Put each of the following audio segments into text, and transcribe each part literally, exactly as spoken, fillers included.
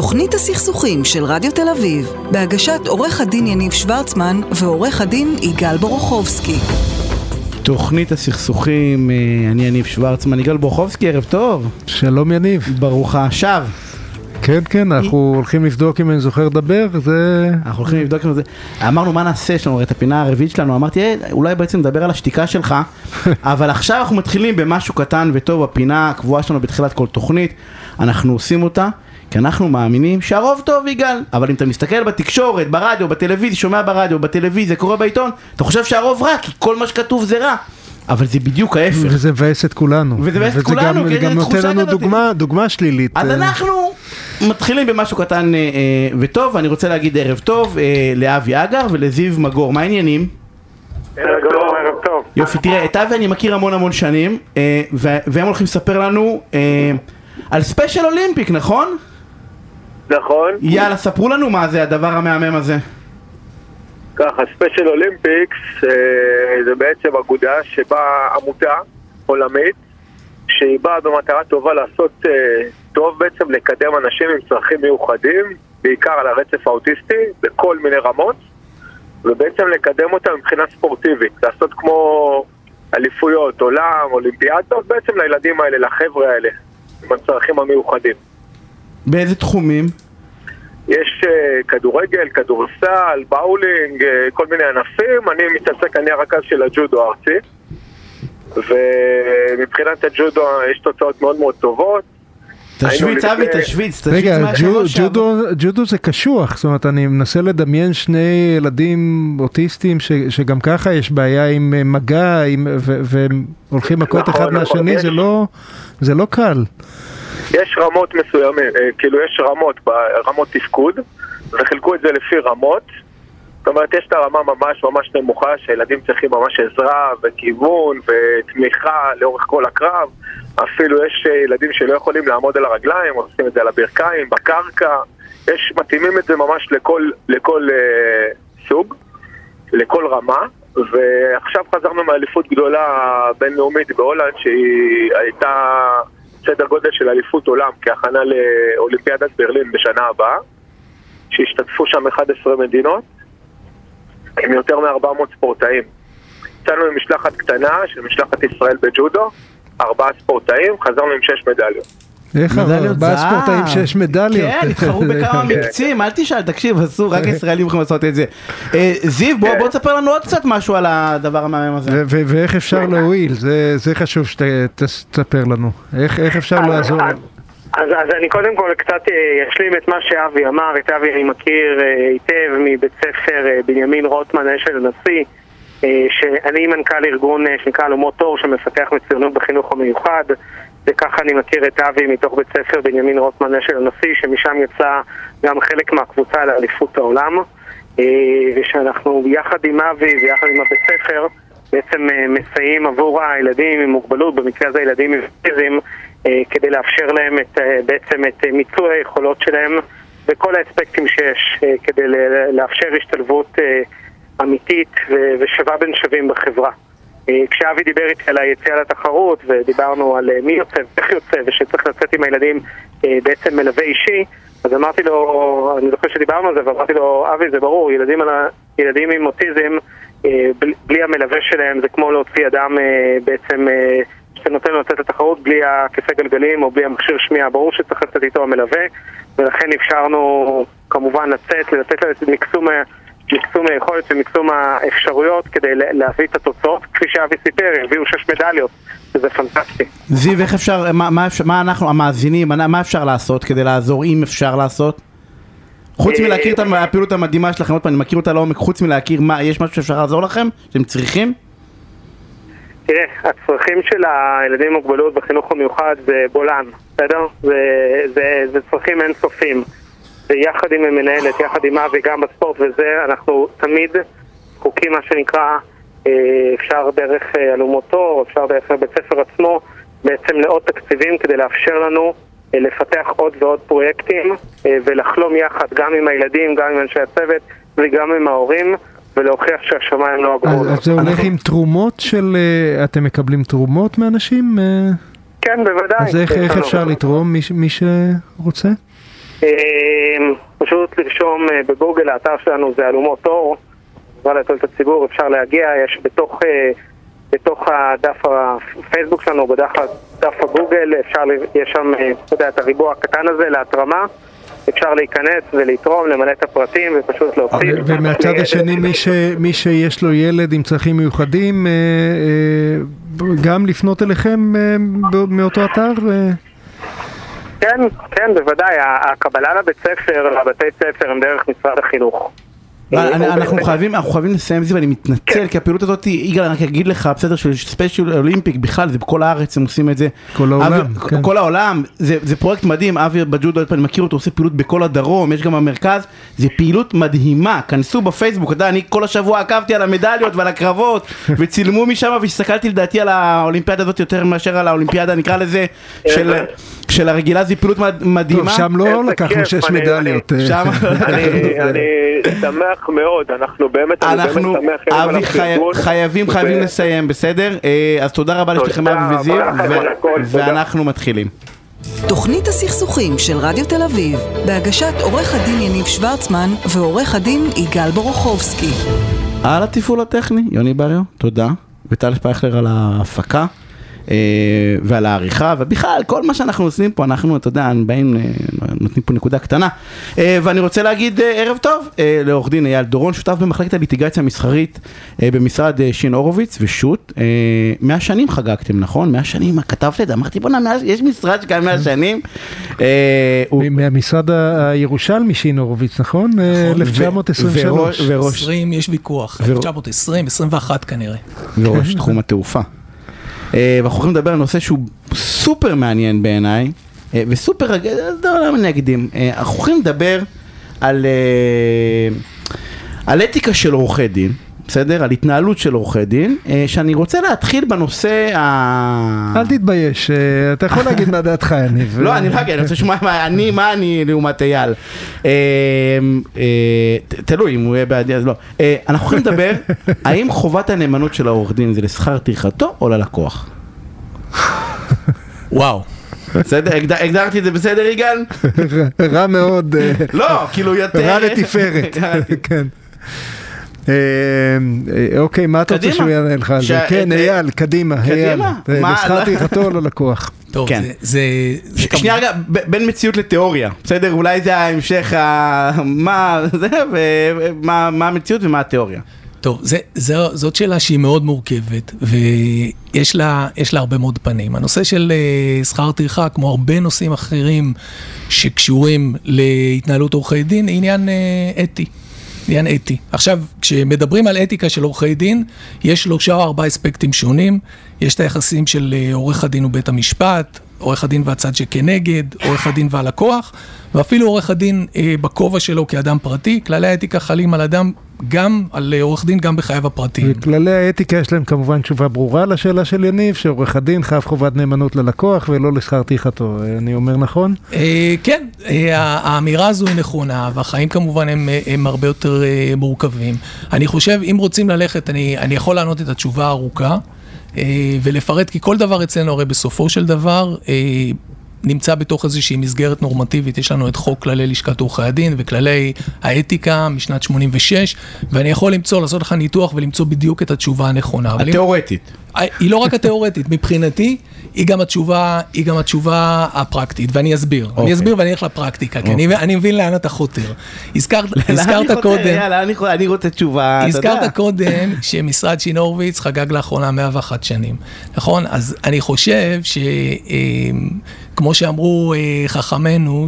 תוכנית הסכסוכים של רדיו תל אביב, בהגשת עורך הדין יניב שוורצמן ועורך הדין יגאל בורוכובסקי. תוכנית הסכסוכים, אני יניב שוורצמן, יגאל בורוכובסקי, ערב טוב. שלום יניב. ברוך השב. כן, כן, אנחנו הולכים לבדוק אם אני זוכר לדבר, זה... אנחנו הולכים לבדוק אם זה... אמרנו מה נעשה, יש לנו את הפינה הרביעית שלנו, אמרתי, אולי בעצם נדבר על השתיקה שלך, אבל עכשיו אנחנו מתחילים במשהו קטן וטוב, הפינה הקבועה שלנו בתחילת כל תוכנית, אנחנו עושים אותה, כי אנחנו מאמינים שהרוב טוב יגאל, אבל אם אתה מסתכל בתקשורת, ברדיו, בטלוויזיה, שומע ברדיו, בטלוויזיה, קורא בעיתון, אתה חושב שהרוב רע, כי כל מה שכתוב זה רע. אבל זה בדיוק ההפך. וזה מבאס את כולנו. וזה מבאס את כולנו, וזה גם נותן לנו דוגמה, דוגמה שלילית. אז אנחנו מתחילים במשהו קטן וטוב, אני רוצה להגיד ערב טוב לאבי אגר ולזיו מגור. מה העניינים? ערב טוב, ערב טוב. יופי, תראה, את אבי אני מכיר המון המון שנים, והם הולכים לספר לנו על ספיישל אולימפיק, נכון? נכון. יאללה, ספרו לנו מה זה הדבר המהמם הזה. ככה, ספיישל אולימפיקס זה בעצם אגודה שבה עמותה עולמית שהיא באה במטרה טובה לעשות טוב, בעצם לקדם אנשים עם צרכים מיוחדים, בעיקר על הרצף האוטיסטי, בכל מיני רמות, ובעצם לקדם אותם מבחינה ספורטיבית, לעשות כמו אליפויות, עולם, אולימפיאדות, בעצם לילדים האלה, לחבר'ה האלה, עם הצרכים המיוחדים. באיזה תחומים? יש uh, כדורגל, כדורסל, באולינג, uh, כל מיני ענפים. אני מתעסק, אני הרכז של הג'ודו הארצי, ומבחינת הג'ודו יש תוצאות מאוד מאוד טובות. תשוויץ, אבי, תשוויץ. רגע, ג'ודו זה קשוח, זאת אומרת, אני מנסה לדמיין שני ילדים אוטיסטים שגם ככה יש בעיה עם מגע, והם הולכים מכות אחד מהשני, זה לא קל. יש רמות מסוימים, כאילו יש רמות, רמות תפקוד, וחילקו את זה לפי רמות. זאת אומרת, יש את הרמה ממש ממש נמוכה, שילדים צריכים ממש עזרה וכיוון ותמיכה לאורך כל הקרב. אפילו יש ילדים שלא יכולים לעמוד על הרגליים, עושים את זה על הברכיים, בקרקע. יש, מתאימים את זה ממש לכל, לכל אה, סוג, לכל רמה. ועכשיו חזרנו מאליפות גדולה בינלאומית בהולנד, שהיא הייתה סדר גודל של אליפות עולם כהכנה לאולימפיאדת ברלין בשנה הבאה, שהשתתפו שם אחת עשרה מדינות עם יותר מ-ארבע מאות ספורטאים. יצאנו עם משלחת קטנה של משלחת ישראל בג'ודו, ארבעה ספורטאים, חזרנו עם שש מדליות. איך ארבעה ספורטאים שש מדליות? כן, התחרו בכמה מקצים, אל תשאל, תקשיב, אסור, רק ישראלים יכולים לעשות את זה. זיו, בוא תספר לנו עוד קצת משהו על הדבר המהמם הזה. ואיך אפשר להועיל, זה חשוב שתספר לנו. איך אפשר לעזור? אז אני קודם כל קצת אשלים את מה שאבי אמר. את אבי אני מכיר היטב מבית ספר בנימין רוטמן אשל הנשיא, שאני מנכ"ל ארגון שנקרא אלומות אור שמפתח מצוינות בחינוך המיוחד, וככה אני מכיר את אבי מתוך בית ספר בנימין רוטמן אשל הנשיא, שמשם יצא גם חלק מהקבוצה לאליפות העולם, ושאנחנו יחד עם אבי ויחד עם הבית ספר בעצם מסייעים עבור הילדים עם מוגבלות, במקרה הזה ילדים עם אוטיזם, כדי לאפשר להם את, בעצם את מיצוי היכולות שלהם וכל האספקטים שיש, כדי לאפשר השתלבות אמיתית ושווה בין שווים בחברה. כשאבי דיבר איתי על היציאה לתחרות ודיברנו על מי יוצא ואיך יוצא ושצריך לצאת עם הילדים בעצם מלווה אישי, אז אמרתי לו, אני זוכר שדיברנו על זה, ואמרתי לו, אבי, זה ברור, ילדים, על ה... ילדים עם אוטיזם, בלי המלווה שלהם זה כמו להוציא אדם בעצם שנותן לו לצאת לתחרות בלי הכיסא גלגלים או בלי המכשיר שמיעה. ברור שצריך לצאת איתו המלווה, ולכן אפשרנו כמובן לצאת, לתת לו את מקסום מקסום היכולת ומקסום האפשרויות כדי להביא את התוצאות. כפי שאבי סיפר, הביאו שש מדליות, וזה פנטסטי. זיו, איך אפשר, מה, מה, מה אנחנו, המאזינים, מה, מה אפשר לעשות כדי לעזור, אם אפשר לעשות? חוץ מלהכיר את הפעילות המדהימה שלכם, עוד פעם, אני מכיר אותה לעומק, חוץ מלהכיר, מה, יש משהו שאפשר לעזור לכם? שאתם צריכים? תראה, הצרכים של הילדים עם מוגבלות בחינוך המיוחד זה בולן, בסדר? זה, זה, זה צרכים אינסופיים. ויחד עם המנהלת, יחד עם אבי, גם בספורט וזה, אנחנו תמיד חוקים מה שנקרא, אפשר דרך אלומות אור, אפשר דרך בית ספר עצמו, בעצם לעוד תקציבים כדי לאפשר לנו לפתח עוד ועוד פרויקטים ולחלום יחד גם עם הילדים, גם עם אנשי הצוות וגם עם ההורים, ולהוכיח שהשמיים לא הגבול. אז זה הולך עם תרומות של, אתם מקבלים תרומות מאנשים? כן, בוודאי. אז איך אפשר לתרום מי שרוצה? פשוט לרשום בגוגל, האתר שלנו זה אלומות אור, כבר לתת הציבור, אפשר להגיע, יש בתוך, בתוך הדף הפייסבוק שלנו, בדף דף הגוגל, אפשר, יש שם, אתה יודע, את הריבוע הקטן הזה להתרמה, אפשר להיכנס ולתרום, למלא את הפרטים ופשוט להוסיף. ומהצד השני, מי, ש, מי שיש לו ילד עם צרכים מיוחדים, גם לפנות אליכם מאותו אתר? כן, כן, בוודאי. הקבלה לבית ספר, לבתי ספר, הם דרך משרד החינוך. אנחנו חייבים, אנחנו חייבים לסיים את זה, ואני מתנצל, כי הפעילות הזאת, יגאל, אני רק אגיד לך, בסדר, של ספיישל אולימפיק, בכלל, זה בכל הארץ, הם עושים את זה. כל העולם, כן. כל העולם, זה פרויקט מדהים, אבי בג'ודו, אני מכיר אותו, עושה פעילות בכל הדרום, יש גם במרכז, זה פעילות מדהימה, כנסו בפייסבוק, אתה יודע, אני כל השבוע עקבתי על המדליות ועל הקרבות, וצילמו משם, והסתכלתי לדעתי על האולימפיאדה הזאת יותר מאשר על האולימפיאדה, נקרא לזה, של הרגילה, זה פעילות מדהימה. טוב, שם לא לקחנו שש מדליות. אני שמח מאוד, אנחנו באמת, אנחנו, אבי, חייבים, חייבים לסיים, בסדר? אז תודה רבה לשלכם אבי וזיו, ואנחנו מתחילים. תוכנית הסכסוכים של רדיו תל אביב, בהגשת עורך הדין יניב שוורצמן ועורך הדין יגאל בורוכובסקי. על התפעול הטכני, יוני בריו, תודה, וטל שפייכלר על ההפקה. ועל העריכה, ובכלל, כל מה שאנחנו עושים פה, אנחנו, אתה יודע, באים, נותנים פה נקודה קטנה, ואני רוצה להגיד ערב טוב לעורך דין אייל דורון, שותף במחלקת הליטיגציה המסחרית במשרד שין הורוביץ ושות. מאה שנים חגגתם, נכון? מאה שנים, כתבת את זה, אמרתי, בוא נע, יש משרד שכאן מאה שנים. מהמשרד הירושלמי שין הורוביץ, נכון? אלף תשע מאות עשרים ושלוש. עשרים, יש ויכוח, אלף תשע מאות עשרים, עשרים ואחת כנראה. וראש תחום התעופה. ואנחנו יכולים לדבר על נושא שהוא סופר מעניין בעיניי, וסופר, לא נקדים, אנחנו יכולים לדבר על, על אתיקה של עורכי דין, בסדר? על התנהלות של עורכי דין, שאני רוצה להתחיל בנושא ה... אל תתבייש, אתה יכול להגיד מה דעתך, יניב. לא, אני לא אגיד, אני רוצה לשמוע מה אני לעומת אייל. תלוי, אם הוא יהיה בעדי, אז לא. אנחנו יכולים לדבר, האם חובת הנאמנות של העורך דין זה לשכר טרחתו או ללקוח? וואו. בסדר, הגדרתי את זה בסדר, יגאל? רע מאוד. לא, כאילו יותר... רע לתפארת, כן. אוקיי, מה אתה רוצה שהוא יענה לך על זה? כן, אייל, קדימה, אייל. לשכר טרחתו או ללקוח? טוב, זה... שנייה רגע, בין מציאות לתיאוריה, בסדר? אולי זה ההמשך, מה המציאות ומה התיאוריה? טוב, זאת שאלה שהיא מאוד מורכבת, ויש לה הרבה מאוד פנים. הנושא של שכר טרחה, כמו הרבה נושאים אחרים שקשורים להתנהלות עורכי דין, היא עניין אתי. עניין אתי. עכשיו, כשמדברים על אתיקה של עורכי דין, יש שלושה או ארבעה אספקטים שונים. יש את היחסים של עורך הדין ובית המשפט, עורך הדין והצד שכנגד, עורך הדין והלקוח, ואפילו עורך הדין אה, בכובע שלו כאדם פרטי. כללי האתיקה חלים על אדם, גם על עורך דין, גם בחייו הפרטיים. וכללי האתיקה יש להם כמובן תשובה ברורה לשאלה של יניב, שעורך הדין חייב חובת נאמנות ללקוח ולא לשכר טרחתו. אני אומר נכון? אה, כן, אה, האמירה הזו היא נכונה, והחיים כמובן הם, הם הרבה יותר אה, מורכבים. אני חושב, אם רוצים ללכת, אני, אני יכול לענות את התשובה הארוכה, ולפרט, כי כל דבר אצלנו הרי בסופו של דבר נמצא בתוך איזושהי מסגרת נורמטיבית. יש לנו את חוק כללי לשכת עורכי הדין וכללי האתיקה משנת שמונים ושש, ואני יכול למצוא, לעשות לך ניתוח ולמצוא בדיוק את התשובה הנכונה. התיאורטית. היא לא רק התיאורטית, מבחינתי היא גם התשובה, היא גם התשובה הפרקטית, ואני אסביר. אני אסביר ואני אלך לפרקטיקה, כי אני מבין לאן אתה חותר. הזכרת קודם, אני רוצה תשובה. הזכרת קודם שמשרד שין הורוביץ חגג לאחרונה מאה ואחת שנים. נכון? אז אני חושב שכמו שאמרו חכמנו,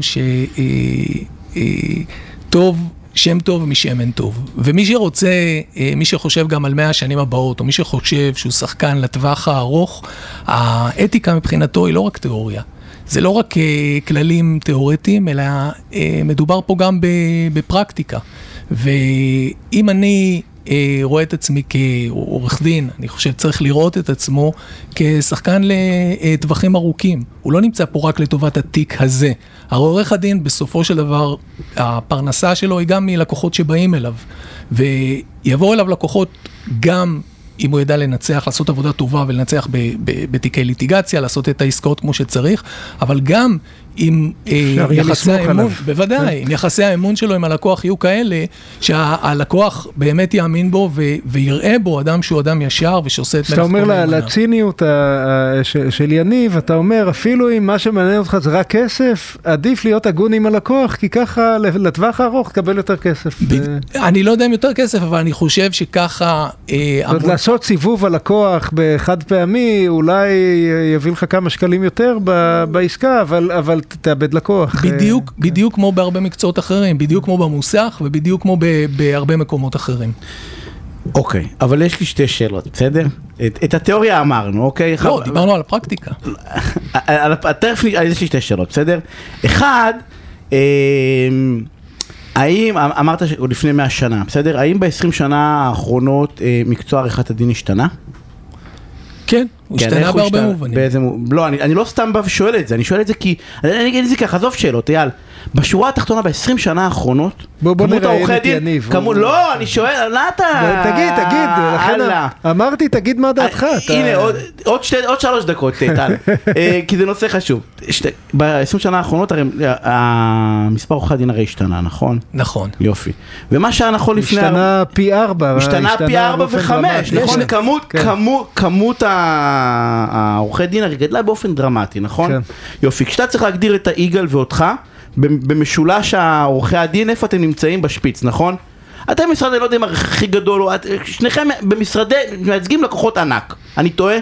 שטוב, שם טוב משמן טוב. ומי שרוצה, מי שחושב גם על מאה השנים הבאות, או מי שחושב שהוא שחקן לטווח הארוך, האתיקה מבחינתו היא לא רק תיאוריה. זה לא רק כללים תיאורטיים, אלא מדובר פה גם בפרקטיקה. ואם אני רואה את עצמי כעורך דין, אני חושב צריך לראות את עצמו כשחקן לטווחים ארוכים. הוא לא נמצא פה רק לטובת התיק הזה. העורך הדין בסופו של דבר, הפרנסה שלו היא גם מלקוחות שבאים אליו. ויבוא אליו לקוחות גם אם הוא ידע לנצח, לעשות עבודה טובה ולנצח בתיקי ליטיגציה, לעשות את העסקאות כמו שצריך, אבל גם אם יחסי האמון, בוודאי, אם יחסי האמון שלו עם הלקוח יהיו כאלה, שהלקוח באמת יאמין בו ויראה בו אדם שהוא אדם ישר ושעושה את מלאכתו. אתה אומר לציניות של יניב, אתה אומר, אפילו אם מה שמעניין אותך זה רק כסף, עדיף להיות הגון עם הלקוח, כי ככה לטווח הארוך תקבל יותר כסף. אני לא יודע אם יותר כסף, אבל אני חושב שככה... לעשות סיבוב הלקוח בחד פעמי, אולי יביא לך כמה שקלים יותר בעסקה, אבל תאבד לקוח. בדיוק, בדיוק כמו בהרבה מקצועות אחרים, בדיוק כמו במוסך ובדיוק כמו בהרבה מקומות אחרים. אוקיי, אבל יש לי שתי שאלות, בסדר? את התיאוריה אמרנו, אוקיי? לא, דיברנו על הפרקטיקה. תכף יש לי שתי שאלות, בסדר? אחד, האם, אמרת לפני מאה שנה, בסדר? האם ב-עשרים שנה האחרונות מקצוע עריכת הדין השתנה? כן, הוא השתנה בהרבה מובנים. לא, אני לא סתם בא ושואל את זה, אני שואל את זה כי, אני אגיד את זה ככה, עזוב שאלות, אייל, בשורה התחתונה ב-עשרים שנה האחרונות, בוא נראה את יניב. לא, אני שואל, לא אתה... תגיד, תגיד, אמרתי, תגיד מה דעתך. הנה, עוד שלוש דקות, טל, כי זה נושא חשוב. ב-עשרים שנה האחרונות, המספר עורכי הדין הרי השתנה, נכון? נכון. יופי. ומה שהיה נכון לפני... השתנה פי ארבע. השתנה פי ארבע וחמש, נכון? כמות העורכי דין הרי גדלה באופן דרמטי, נכון? יופי, כשאתה צריך להגדיר את היגאל ואותך, במשולש העורכי הדין, איפה אתם נמצאים בשפיץ, נכון? אתם משרד, אני לא יודע אם הכי גדול, שניכם במשרדי, מייצגים לקוחות ענק, אני טועה?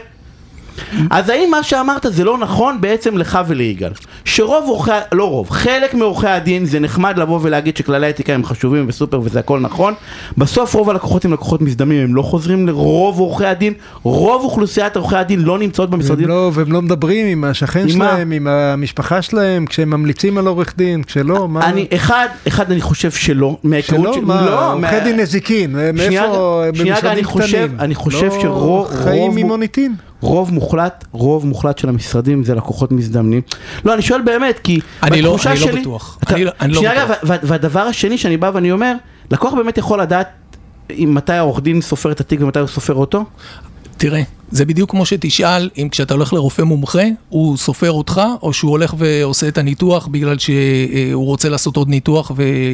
אז האם מה שאמרת זה לא נכון בעצם לך וליגאל? שרוב עורכי, לא רוב, חלק מעורכי הדין זה נחמד לבוא ולהגיד שכללי האתיקה הם חשובים וסופר וזה הכל נכון, בסוף רוב הלקוחות הם לקוחות מזדמים, הם לא חוזרים לרוב עורכי הדין, רוב אוכלוסיית עורכי הדין לא נמצאות במשרדים. והם לא, והם לא מדברים עם השכן שלהם, עם המשפחה שלהם, כשהם ממליצים על עורך דין, כשלא, מה? אני, אחד, אחד אני חושב שלא, שלא, מה? עורכי דין נזיקין, מאיפה, במשרדים קטנים? אני חושב שרוב, חיים ממוניטין. רוב מוחלט, רוב מוחלט של המשרדים זה לקוחות מזדמנים. לא, אני שואל באמת, כי אני לא, אני לא בטוח. אני לא בטוח. והדבר השני שאני בא ואני אומר, לקוח באמת יכול לדעת מתי העורך דין סופר את התיק ומתי הוא סופר אותו? תראה, זה בדיוק כמו שתשאל, אם כשאתה הולך לרופא מומחה, הוא סופר אותך, או שהוא הולך ועושה את הניתוח, בגלל שהוא רוצה לעשות עוד ניתוח,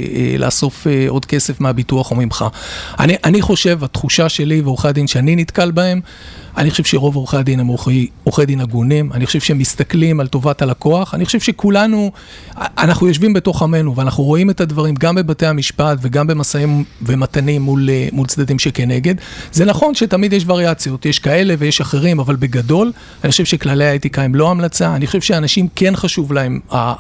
ולאסוף עוד כסף מהביטוח או ממך. אני, אני חושב, התחושה שלי ועורכי הדין שאני נתקל בהם, אני חושב שרוב עורכי הדין הם עורכי דין הגונים, אני חושב שהם מסתכלים על טובת הלקוח, אני חושב שכולנו, אנחנו יושבים בתוך עמנו, ואנחנו רואים את הדברים גם בבתי המשפט, וגם במסעים ומתנים מול, מול צדדים שכנגד. זה נכון שתמיד יש וריאציות, יש כאלה ויש אחרים, אבל בגדול, אני חושב שכללי האתיקה הם לא המלצה, אני חושב שאנשים כן חשוב להם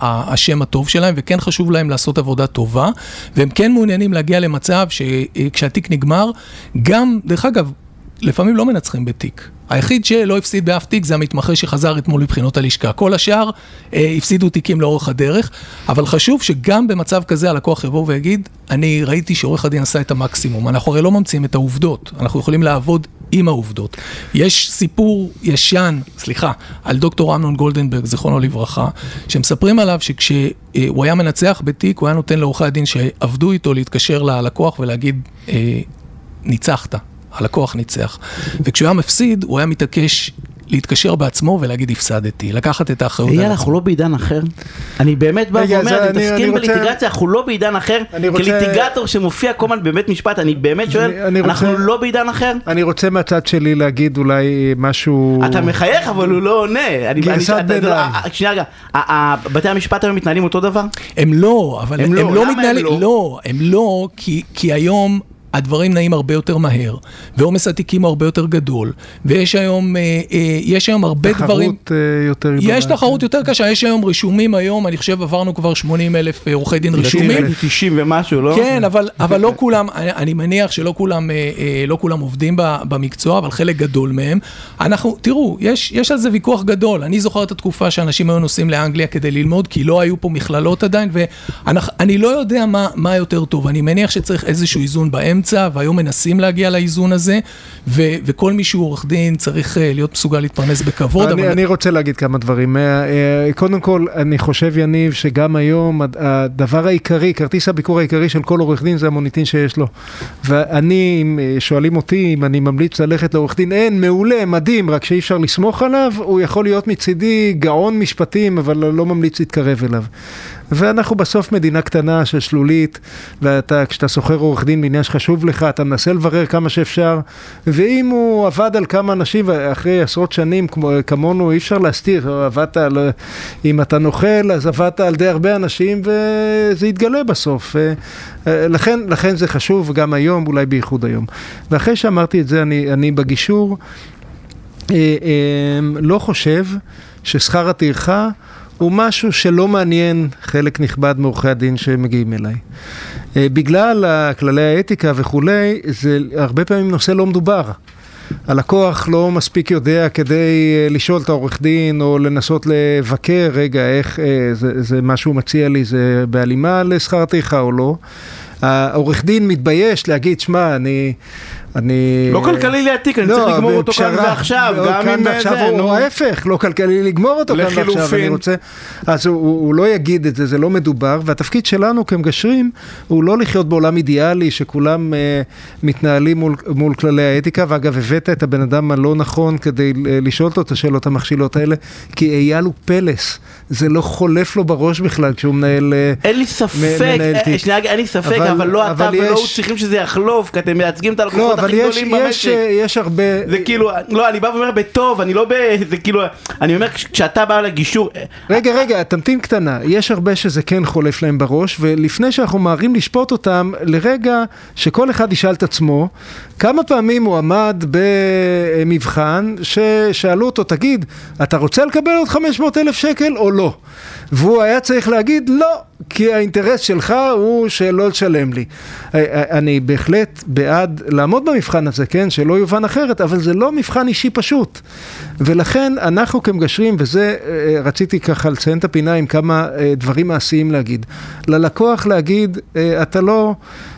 השם הטוב שלהם, וכן חשוב להם לעשות עבודה טובה, והם כן מעוניינים להגיע למצב שכשהתיק נגמר, גם, דרך אגב, לפעמים לא מנצחים בתיק. היחיד שלא הפסיד באף תיק זה המתמחה שחזר אתמול מבחינות הלשכה. כל השאר אה, הפסידו תיקים לאורך הדרך, אבל חשוב שגם במצב כזה הלקוח יבוא ויגיד, אני ראיתי שעורך הדין עשה את המקסימום. אנחנו הרי לא ממציאים את העובדות, אנחנו יכולים לעבוד עם העובדות. יש סיפור ישן, סליחה, על דוקטור אמנון גולדנברג, זיכרונו לברכה, שמספרים עליו שכשהוא היה מנצח בתיק, הוא היה נותן לעורכי הדין שעבדו איתו להתקשר ללקוח ולהגיד, אה, ניצחת. הלקוח ניצח. וכשהוא היה מפסיד, הוא היה מתעקש להתקשר בעצמו ולהגיד הפסדתי, לקחת את האחריות. אייל, אנחנו לא בעידן אחר. אני באמת בא ואומר, אתם תסכים בליטיגציה, אנחנו לא בעידן אחר, כליטיגטור שמופיע כל הזמן בבית משפט, אני באמת שואל, אנחנו לא בעידן אחר? אני רוצה מהצד שלי להגיד אולי משהו... אתה מחייך, אבל הוא לא עונה. גרסת ביניים. שנייה רגע, בתי המשפט היום מתנהלים אותו דבר? הם לא, אבל הם לא מתנהלים, לא, הם לא, כי היום הדברים נעים הרבה יותר מהר, ועומס התיקים הרבה יותר גדול, ויש היום, אה, אה, יש היום הרבה תחרות דברים... תחרות יותר גדולה. יש תחרות יותר קשה, יש היום רישומים היום, אני חושב עברנו כבר שמונים אלף עורכי דין רישומים. תשעים ומשהו, לא? כן, אבל, אבל לא כולם, אני, אני מניח שלא כולם, אה, אה, לא כולם עובדים במקצוע, אבל חלק גדול מהם. אנחנו, תראו, יש, יש על זה ויכוח גדול. אני זוכר את התקופה שאנשים היו נוסעים לאנגליה כדי ללמוד, כי לא היו פה מכללות עדיין, ואני לא יודע מה, מה יותר טוב. אני מניח שצריך איזשהו איזון באמצע. באמצע, והיום מנסים להגיע לאיזון הזה, ו- וכל מי שהוא עורך דין צריך להיות מסוגל להתפרנס בכבוד. אני, אבל... אני רוצה להגיד כמה דברים. קודם כל, אני חושב, יניב, שגם היום הדבר העיקרי, כרטיס הביקור העיקרי של כל עורך דין זה המוניטין שיש לו. ואני, שואלים אותי אם אני ממליץ ללכת לעורך דין, אין, מעולה, מדהים, רק שאי אפשר לסמוך עליו, הוא יכול להיות מצידי גאון משפטים, אבל לא ממליץ להתקרב אליו. ואנחנו בסוף מדינה קטנה של שלולית, ואתה, כשאתה סוחר עורך דין בעניין שחשוב לך, אתה מנסה לברר כמה שאפשר, ואם הוא עבד על כמה אנשים, אחרי עשרות שנים כמו, כמונו, אי אפשר להסתיר, עבדת על, אם אתה נוכל, אז עבדת על די הרבה אנשים, וזה יתגלה בסוף. לכן, לכן זה חשוב, גם היום, אולי בייחוד היום. ואחרי שאמרתי את זה, אני, אני בגישור, לא חושב ששכר הטרחה, הוא משהו שלא מעניין חלק נכבד מעורכי הדין שמגיעים אליי. בגלל כללי האתיקה וכולי, זה הרבה פעמים נושא לא מדובר. הלקוח לא מספיק יודע כדי לשאול את העורך דין או לנסות לבקר, רגע, איך זה, זה משהו מציע לי, זה בהלימה לשכר הטרחה או לא. העורך דין מתבייש להגיד, שמה, אני... אני... לא כלכלי להתיק, אני צריך לגמור אותו כאן ועכשיו, גם אם זה, הוא ההפך, לא כלכלי לגמור אותו כאן ועכשיו, אני רוצה... אז הוא לא יגיד את זה, זה לא מדובר, והתפקיד שלנו כמגשרים, הוא לא לחיות בעולם אידיאלי, שכולם מתנהלים מול כללי האתיקה, ואגב, הבאת את הבן אדם הלא נכון, כדי לשאול אותו את השאלות המכשילות האלה, כי אייל הוא פלס, זה לא חולף לו בראש בכלל, כשהוא מנהל... אין לי ספק, אין לי ספק, אבל לא אתה ולא הוא צריכים שזה יחלוף, כי אתם מייצגים את הלקוחות הכי גדולים במשק. יש הרבה... זה כאילו, לא, אני בא ואומר בטוב, אני לא ב... זה כאילו, אני אומר, כשאתה בא לגישור... רגע, רגע, תמתין קטנה. יש הרבה שזה כן חולף להם בראש, ולפני שאנחנו מהרים לשפוט אותם, לרגע שכל אחד ישאל את עצמו, כמה פעמים הוא עמד במבחן, ששאלו אותו, תגיד, אתה רוצה לקבל עוד חמש מאות אלף שקל או לא? והוא היה צריך להגיד, לא, כי האינטרס שלך הוא שלא לשלם לי. אני בהחלט בעד לעמוד במבחן הזה, כן, שלא יובן אחרת, אבל זה לא מבחן אישי פשוט. ולכן אנחנו כמגשרים, וזה רציתי ככה לציין את הפינה עם כמה דברים מעשיים להגיד. ללקוח להגיד, אתה לא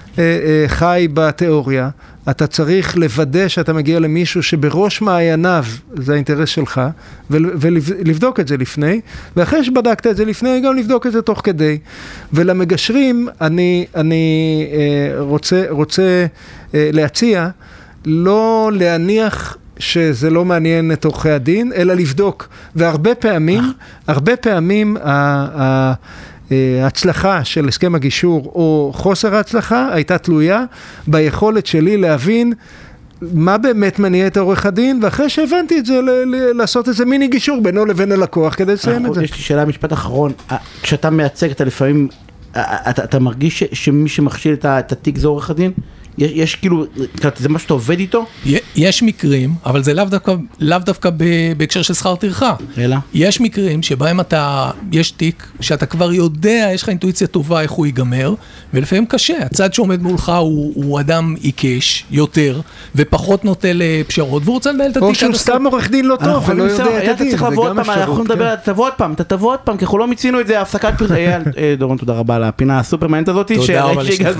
חי בתיאוריה, אתה צריך לוודא שאתה מגיע למישהו שבראש מעייניו זה האינטרס שלך, ולבדוק את זה לפני, ואחרי שבדקת את זה לפני, גם לבדוק את זה תוך כדי. ולמגשרים, אני, אני רוצה, רוצה להציע, לא להניח שזה לא מעניין את עורכי הדין, אלא לבדוק. והרבה פעמים, הרבה פעמים, ה... ה ההצלחה של הסכם הגישור או חוסר ההצלחה הייתה תלויה ביכולת שלי להבין מה באמת מניע את העורך הדין, ואחרי שהבנתי את זה, לעשות איזה מיני גישור בינו לבין הלקוח כדי לסיים את זה. יש לי שאלה, משפט אחרון, כשאתה מייצג את לפעמים, אתה מרגיש שמי שמכשיל את התיק זה עורך הדין? יש, יש כאילו, זה מה שאתה עובד איתו? יש מקרים, אבל זה לאו דווקא, לאו דווקא בהקשר של שכר טרחה. אלא? יש מקרים שבהם אתה, יש תיק, שאתה כבר יודע, יש לך אינטואיציה טובה איך הוא ייגמר, ולפעמים קשה. הצד שעומד מולך הוא, הוא אדם עיקש יותר, ופחות נוטה לפשרות, והוא רוצה לנהל את התיק. או שהוא סתם עורך דין לא טוב, ולא יודע את הדין. אתה צריך לבוא עוד פעם, אנחנו נדבר, תבוא עוד פעם, אתה תבוא עוד פעם, כי אנחנו לא מיצינו את זה, הפסקת פרסום. דורון, תודה רבה על הפינה הסופרמנט הזאת, תודה רבה לשניכם.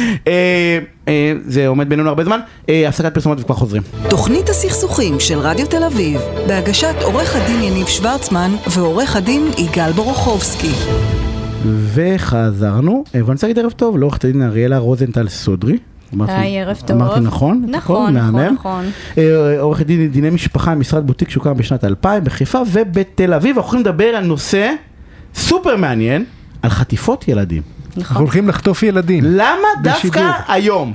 זה עומד בינינו הרבה זמן, הפסקת פרסומות וכבר חוזרים. תוכנית הסכסוכים של רדיו תל אביב, בהגשת עורך הדין יניב שוורצמן ועורך הדין יגאל בורוכובסקי. וחזרנו, ואני רוצה להגיד ערב טוב, לעורכת הדין אריאלה רוזנטל סודרי. היי, ערב טוב. אמרתי נכון? נכון, נכון, נכון. עורכת דין דיני משפחה, משרד בוטיק שהוקם בשנת אלפיים בחיפה ובתל אביב. אנחנו הולכים לדבר על נושא סופר מעניין, על חטיפות ילדים. אנחנו הולכים לחטוף ילדים. למה דווקא היום?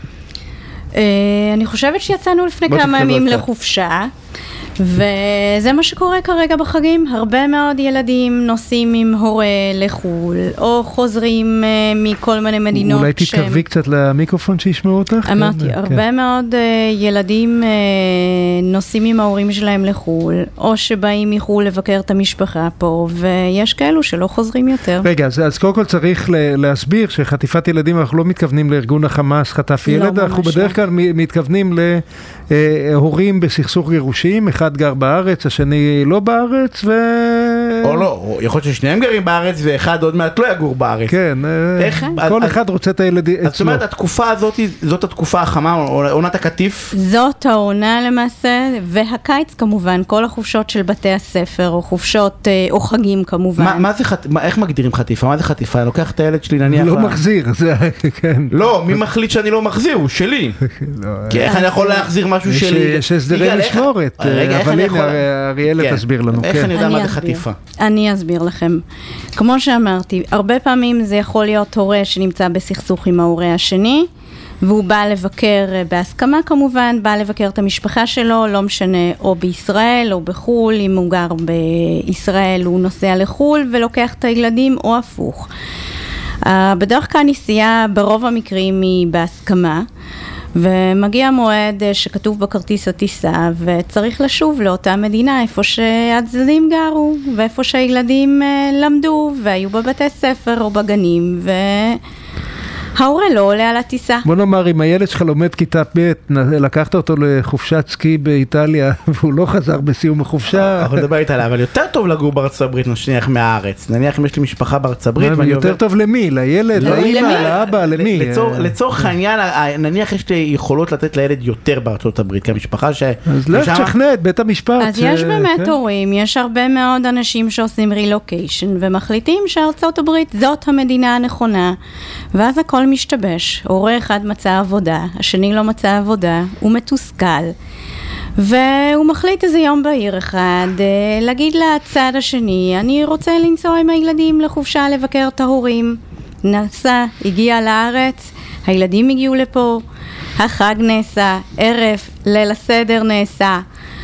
אני חושבת שיצאנו לפני כמה ימים לחופשה, וזה מה שקורה כרגע בחגים. הרבה מאוד ילדים נוסעים עם הורה לחול, או חוזרים מכל מיני מדינות. אולי תתקרבי קצת למיקרופון שישמעו אותך? אמרתי, הרבה מאוד ילדים נוסעים עם ההורים שלהם לחול, או שבאים מחול לבקר את המשפחה פה, ויש כאלו שלא חוזרים יותר. רגע, אז קודם כל צריך להסביר שחטיפת ילדים, אנחנו לא מתכוונים לארגון החמאס חטף ילד, אנחנו בדרך כלל מתכוונים להורים בסכסוך גירושים, אחד גר בארץ, השני לא בארץ, או לא, יכול להיות ששניהם גרים בארץ ואחד עוד מעט לא יגור בארץ. כן, כל אחד רוצה את הילדים אצלו. זאת אומרת, התקופה הזאת, זאת התקופה החמה, עונת הקטיף? זאת העונה למעשה, והקיץ כמובן, כל החופשות של בתי הספר, או חופשות, או חגים כמובן. מה זה חטיפה? איך מגדירים חטיפה? מה זה חטיפה? אני לוקח את הילד שלי נניח... לא מחזיר, זה, כן. לא, מי מחליט שאני לא מחזיר? הוא שלי. כי איך אני יכול להחזיר משהו שלי? יש הסדרי משמורת, אבל הנה, אריאלה תסביר לנו. איך אני יודע מה זה חטיפה? אני אסביר לכם. כמו שאמרתי, הרבה פעמים זה יכול להיות הורה שנמצא בסכסוך עם ההורה השני, והוא בא לבקר בהסכמה כמובן, בא לבקר את המשפחה שלו, לא משנה או בישראל או בחול, אם הוא גר בישראל הוא נוסע לחול ולוקח את הילדים או הפוך. בדרך כלל הנסיעה ברוב המקרים היא בהסכמה, ומגיע מועד שכתוב בכרטיס הטיסה וצריך לשוב לאותה מדינה איפה שהצדדים גרו ואיפה שהילדים למדו והיו בבתי ספר או בגנים וההורה לא עולה על הטיסה. בוא נאמר, אם הילד שלך לומד כיתה ב', לקחת אותו לחופשת סקי באיטליה והוא לא חזר בסיום החופשה. אנחנו נדבר איטליה, אבל יותר טוב לגור בארצות הברית נניח מהארץ. נניח אם יש לי משפחה בארצות הברית. יותר טוב למי? לילד? לאמא? לאבא? למי? לצורך העניין, נניח יש לי יכולות לתת לילד יותר בארצות הברית, כמשפחה ש... אז לך תשכנע את בית המשפט. אז יש באמת הורים, יש הרבה מאוד אנשים שעושים רילוקיישן ומחליטים שארצות הברית זאת המדינה הנכונה, ואז הכל משתבש. הורה אחד מצא עבודה, השני לא מצא עבודה, הוא מתוסכל, והוא מחליט איזה יום בהיר אחד להגיד לצד השני, אני רוצה לנסוע עם הילדים לחופשה לבקר את ההורים. נסע, הגיע לארץ, הילדים הגיעו לפה, החג נעשה, ערב, ליל הסדר נעשה,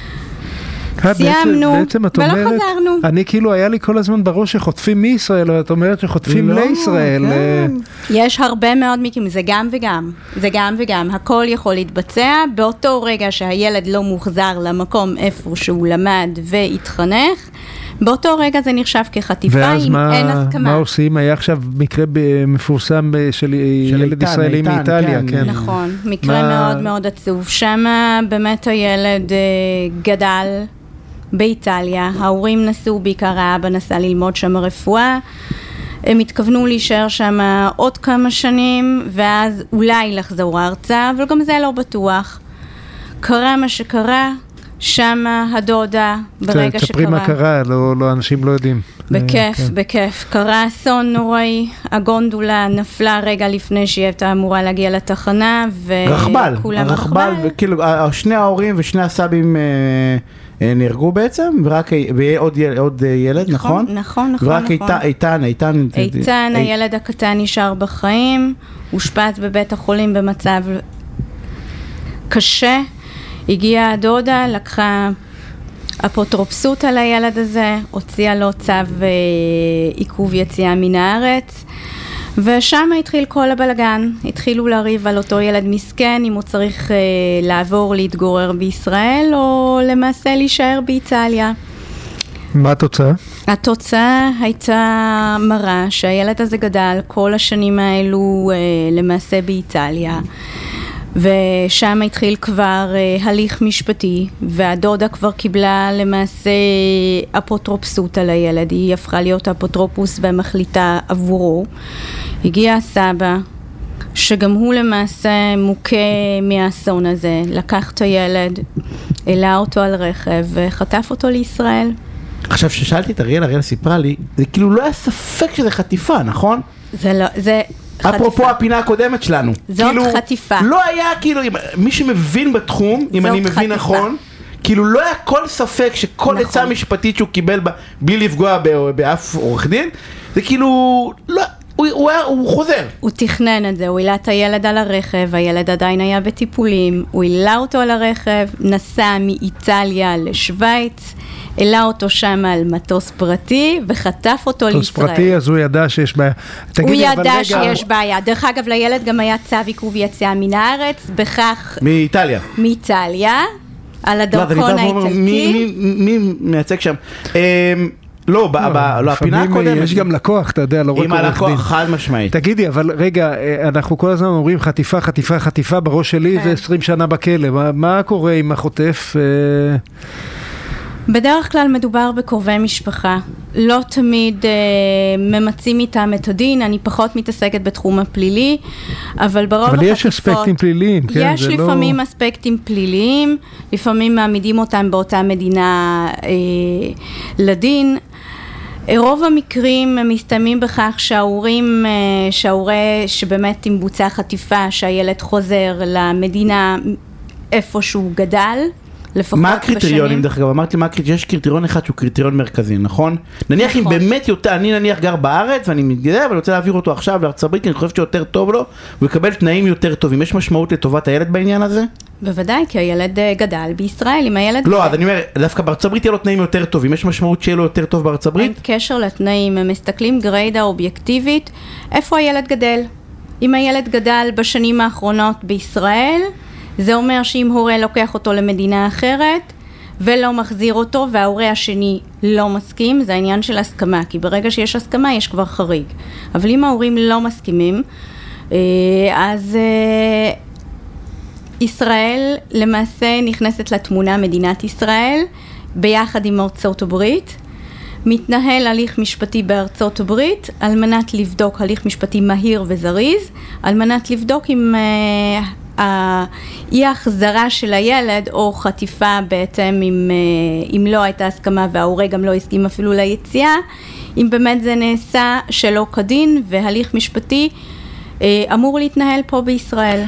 סיימנו ולא חזרנו. אני כאילו היה לי כל הזמן בראש שחוטפים מישראל, ואת אומרת שחוטפים לישראל. יש הרבה מאוד מקרים, זה גם וגם, זה גם וגם, הכל יכול להתבצע באותו רגע שהילד לא מוחזר למקום איפה שהוא למד והתחנך, באותו רגע זה נחשב כחטיפה, אם אין הסכמה. ואז מה עושים? היה עכשיו מקרה מפורסם של ילד ישראלי מאיטליה. נכון, מקרה מאוד מאוד עצוב. שם באמת הילד גדל באיטליה, ההורים נסעו בעיקר, האבא נסע ללמוד שם רפואה, הם התכוונו להישאר שם עוד כמה שנים, ואז אולי לחזור ארצה, אבל גם זה לא בטוח. קרה מה שקרה, שמה הדודה ברגע שקרה. תספרי מה קרה, לא, לא, אנשים לא יודעים. בכיף, כן. בכיף. קרה אסון נוראי, הגונדולה נפלה רגע לפני שהיא הייתה אמורה להגיע לתחנה, רכבל, רכבל, וכאילו שני ההורים ושני הסבים אה, נהרגו בעצם, ורק עוד, עוד ילד, נכון? נכון, נכון, נכון. ורק נכון. איתן, איתן, איתן, הילד הקטן נשאר בחיים, הושפט בבית החולים במצב קשה, הגיעה הדודה, לקחה אפוטרופסות על הילד הזה, הוציאה לו צו עיכוב יציאה מן הארץ, ושם התחיל כל הבלגן, התחילו לריב על אותו ילד מסכן, אם הוא צריך לעבור להתגורר בישראל, או למעשה להישאר באיטליה. מה התוצאה? התוצאה הייתה מראה שהילד הזה גדל כל השנים האלו למעשה באיטליה, ושם התחיל כבר uh, הליך משפטי, והדודה כבר קיבלה למעשה אפוטרופסות על הילד, היא הפכה להיות אפוטרופוס ומחליטה עבורו. הגיע הסבא, שגם הוא למעשה מוכה מהאסון הזה, לקח את הילד, העלה אותו על רכב וחטף אותו לישראל. עכשיו ששאלתי את אריאל, אריאל סיפרה לי, זה כאילו לא היה ספק שזה חטיפה, נכון? זה לא, זה... אפרופו הפינה הקודמת שלנו. זאת כאילו, חטיפה. לא היה כאילו, מי שמבין בתחום, אם אני מבין חטיפה. נכון, כאילו לא היה כל ספק שכל נכון. עצה משפטית שהוא קיבל ב, בלי לפגוע באף עורך דין, זה כאילו, לא, הוא, הוא, היה, הוא חוזר. הוא תכנן את זה, הוא העלה את הילד על הרכב, הילד עדיין היה בטיפולים, הוא העלה אותו על הרכב, נסע מאיטליה לשוויץ, העלה אותו שם על מטוס פרטי וחטף אותו לישראל. מטוס פרטי, אז הוא ידע שיש בעיה. הוא ידע שיש בעיה. דרך אגב, לילד גם היה צו עיכוב יציאה מן הארץ, בכך... מאיטליה. מאיטליה, על הדרכון האיטלקי. מי מייצג שם? לא, הפינה הקודמת. יש גם לקוח, אתה יודע, לא רק עורך דין. עם הלקוח חד משמעית. תגידי, אבל רגע, אנחנו כל הזמן אומרים חטיפה, חטיפה, חטיפה, בראש שלי זה עשרים שנה בכלא. מה קורה עם החוטף? בדרך כלל מדובר בקרובי משפחה, לא תמיד אה, ממצים איתם את הדין, אני פחות מתעסקת בתחום הפלילי, אבל ברוב החטיפות... אבל יש אספקטים פליליים, כן? יש לפעמים לא... אספקטים פליליים, לפעמים מעמידים אותם באותה מדינה אה, לדין. רוב המקרים מסתיימים בכך שההורים, שההורה שבאמת אם בוצעה חטיפה, שהילד חוזר למדינה איפה שהוא גדל, לפחות מה הקריטריונים, דרך אגב, אמרתי מה הקריטריון, יש קריטריון אחד שהוא קריטריון מרכזי, נכון? נניח אם באמת יותר, אני נניח גר בארץ ואני מתגדל, אבל רוצה להעביר אותו עכשיו לארצות הברית, כי אני חושב שיותר טוב לו, הוא יקבל תנאים יותר טובים. יש משמעות לטובת הילד בעניין הזה? בוודאי, כי הילד גדל בישראל, אם הילד... לא, אז אני אומר, דווקא בארצות הברית יהיה לו תנאים יותר טובים, יש משמעות שיהיה לו יותר טוב בארצות הברית? אין קשר לתנאים, הם מסתכלים גריידה אובייקטיבית, איפה הילד גדל? אם הילד גדל בשנים האחרונות בישראל, זה אומר שאם הורה לוקח אותו למדינה אחרת ולא מחזיר אותו וההורה השני לא מסכים, זה העניין של הסכמה, כי ברגע שיש הסכמה יש כבר חריג. אבל אם ההורים לא מסכימים, אז ישראל למעשה נכנסת לתמונה, מדינת ישראל, ביחד עם ארצות הברית, מתנהל הליך משפטי בארצות הברית, על מנת לבדוק הליך משפטי מהיר וזריז, על מנת לבדוק אם אי ההחזרה של הילד או חטיפה בהתאם אם, אם לא הייתה הסכמה וההורה גם לא הסכים אפילו ליציאה, אם באמת זה נעשה שלא כדין והליך משפטי אמור להתנהל פה בישראל.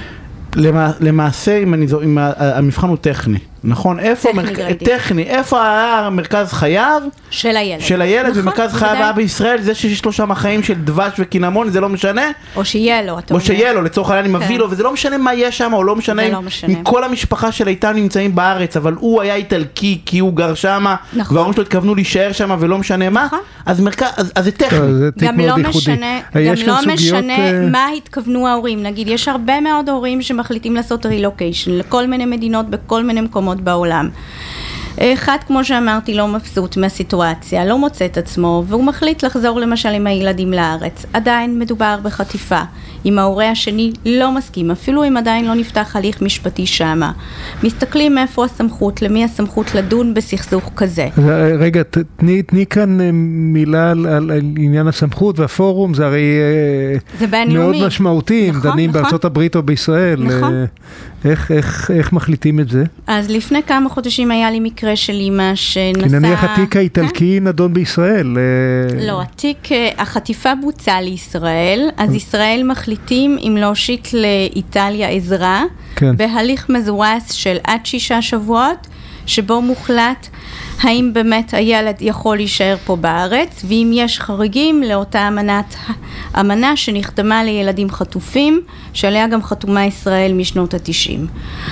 למעשה, אם אני זו, אם המבחן הוא טכני, נכון? איפה טכני, מרכ... טכני, איפה היה מרכז חייו? של הילד. של הילד, נכון, ומרכז חייו היה בישראל, זה שיש לו שם חיים של דבש וקינמון, זה לא משנה? או שיהיה לו, אתה או אומר. שיהיה לו, לצורך העניין, אני מביא לו, וזה לא משנה מה יש שם, או לא משנה, זה לא משנה. אם כל המשפחה של איתן נמצאים בארץ, אבל הוא היה איטלקי, כי הוא גר שם, נכון. וההורים שלו התכוונו להישאר שם, ולא משנה מה, נכון. אז, מרכז, אז, אז זה טכני. גם לא משנה, גם לא משנה מה התכוונו ההורים. נגיד, יש הרבה מאוד הורים שמחליטים לעשות רילוקיישן לכל מיני מדינות, בכל מיני מקומות בעולם. אחד, כמו שאמרתי, לא מבסוט מהסיטואציה, לא מוצא את עצמו, והוא מחליט לחזור למשל עם הילדים לארץ. עדיין מדובר בחטיפה. אם ההורה השני לא מסכים, אפילו אם עדיין לא נפתח הליך משפטי שמה. מסתכלים מאיפה הסמכות, למי הסמכות לדון בסכסוך כזה. רגע, תני, תני כאן מילה על, על עניין הסמכות והפורום, זה הרי זה מאוד משמעותי, נכון, דנים נכון. בארצות הברית או בישראל. נכון. איך, איך, איך מחליטים את זה? אז לפני כמה חודשים היה לי מקרה של אמא שנסע... כי נניח התיק האיטלקי נדון בישראל. לא, התיק, החטיפה בוצעה לישראל, אז ישראל מחליטים אם להושיט לאיטליה עזרה, כן. בהליך מזורז של עד שישה שבועות, שבו מוחלט האם באמת הילד יכול להישאר פה בארץ, ואם יש חריגים לאותה אמנת, אמנה שנחתמה לילדים חטופים, שעליה גם חתומה ישראל משנות התשעים.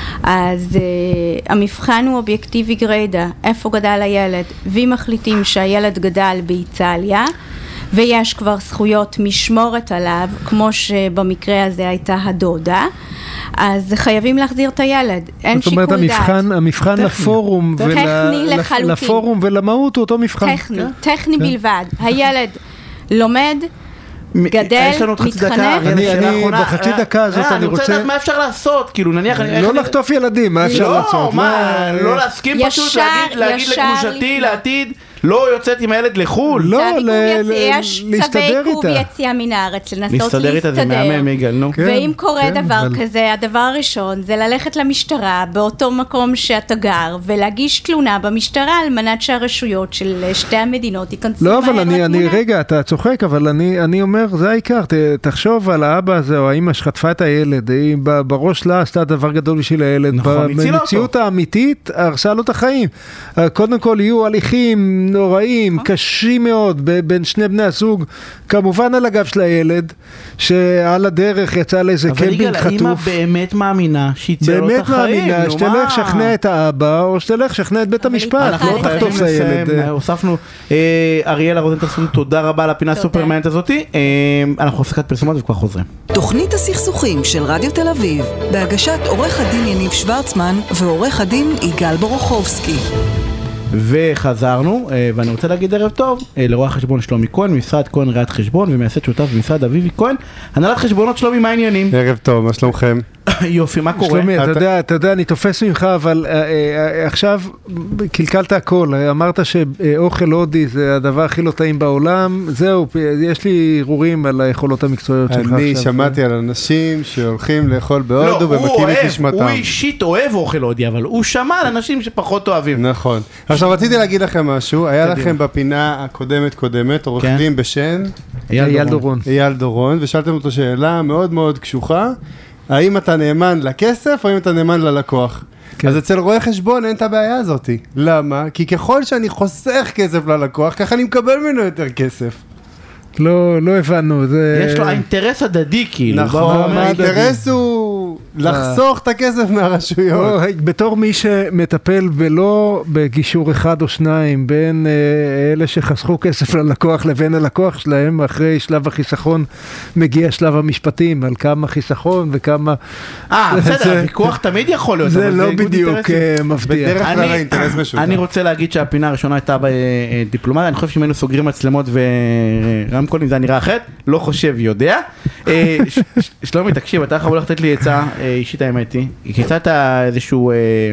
אז uh, המבחן הוא אובייקטיבי גריידה, איפה גדל הילד, ואם מחליטים שהילד גדל באיטליה, ויש כבר זכויות משמורת עליו, כמו שבמקרה הזה הייתה הדודה, אז חייבים להחזיר את הילד, אין שיקול דעת. זאת אומרת, המבחן, המבחן לפורום, לפורום ולמהות הוא אותו מבחן. טכני, טכני בלבד. הילד לומד, גדל, מתחנך. אני בחצי דקה הזאת אני רוצה... אני רוצה לדעת מה אפשר לעשות, כאילו נניח... לא לחטוף ילדים, מה אפשר לעשות? לא להסכים פשוט, להגיד לגרושתי, לעתיד... לא יוצאת עם הילד לחול. לא, יש צווי עיכוב יציאה מן הארץ, לנסות להסתדר. להסתדר איתה זה מהמם, יגאל, נו. ואם קורה דבר כזה, הדבר הראשון זה ללכת למשטרה באותו מקום שאתה גר, ולהגיש תלונה במשטרה על מנת שהרשויות של שתי המדינות ייכנסו מהר לתמונה. לא, אבל אני, רגע, אתה צוחק, אבל אני אומר, זה העיקר, תחשוב על האבא הזה, או האמא שחטפה את הילד, היא בראש לה עשתה דבר גדול בשביל הילד, במציאות האמיתית, הרסה לו את החיים. קודם כל יהיו הליכים נוראים, קשים מאוד, בין שני בני הזוג, כמובן על הגב של הילד, שעל הדרך יצא לאיזה קמפינג חטוף. אבל יגאל, האמא באמת מאמינה שיצא לו את החיים. באמת מאמינה, שתלך שכנע את האבא, או שתלך שכנע את בית המשפט, לא תחטוף את הילד. הוספנו, אריאלה רוזנטל, תודה רבה על הפינה סופרמנט הזאת. אנחנו הפסקת פרסומות וכבר חוזרים. תוכנית הסכסוכים של רדיו תל אביב, בהגשת עורך הדין יניב שוורצמן ועורך הדין יגאל בורוכובסקי. וחזרנו, ואני רוצה להגיד ערב טוב לרואה החשבון שלומי כהן, משרד כהן ראיית חשבון ומייסד שותף במשרד אביבי כהן, הנהלת חשבונות. שלומי, מה העניינים? ערב טוב, מה שלומכם? יופי, מה קורה? שלומי, אתה יודע, אתה יודע, אני תופס ממך, אבל עכשיו קלקלת הכל, אמרת שאוכל הודי זה הדבר הכי לא טעים בעולם, זהו, יש לי ערעורים על היכולות המקצועיות שלך עכשיו. אני שמעתי על אנשים שהולכים לאכול בהודו ומקים את נשמתם. הוא אישית אוהב אוכל הודי, אבל הוא שמע על אנשים שפחות אוהבים. נכון. עכשיו רציתי להגיד לכם משהו, היה לכם בפינה הקודמת קודמת, עורך דין בשן, אייל דורון. אייל דורון, ושאלתם אותו שאלה מאוד מאוד קשוחה, האם אתה נאמן לכסף או האם אתה נאמן ללקוח? אז אצל רואה חשבון אין את הבעיה הזאת. למה? כי ככל שאני חוסך כסף ללקוח, ככה אני מקבל ממנו יותר כסף. לא, לא הבנו, זה... יש לו האינטרס הדדי, כאילו. נכון, האינטרס הוא לחסוך את הכסף מהרשויות. בתור מי שמטפל ולא בגישור אחד או שניים, בין אלה שחסכו כסף ללקוח לבין הלקוח שלהם, אחרי שלב החיסכון מגיע שלב המשפטים, על כמה חיסכון וכמה... אה, בסדר, הוויכוח תמיד יכול להיות. זה לא בדיוק מבטיח. בדרך כלל האינטרס משותף. אני רוצה להגיד שהפינה הראשונה הייתה בדיפלומטיה, אני חושב שאם היינו סוגרים מצלמות ורמקולים, זה נראה אחרת, לא חושב, יודע. שלומי, תקשיב, אתה יכול לתת לי עצה אישית, האמת היא, כי קצת איזשהו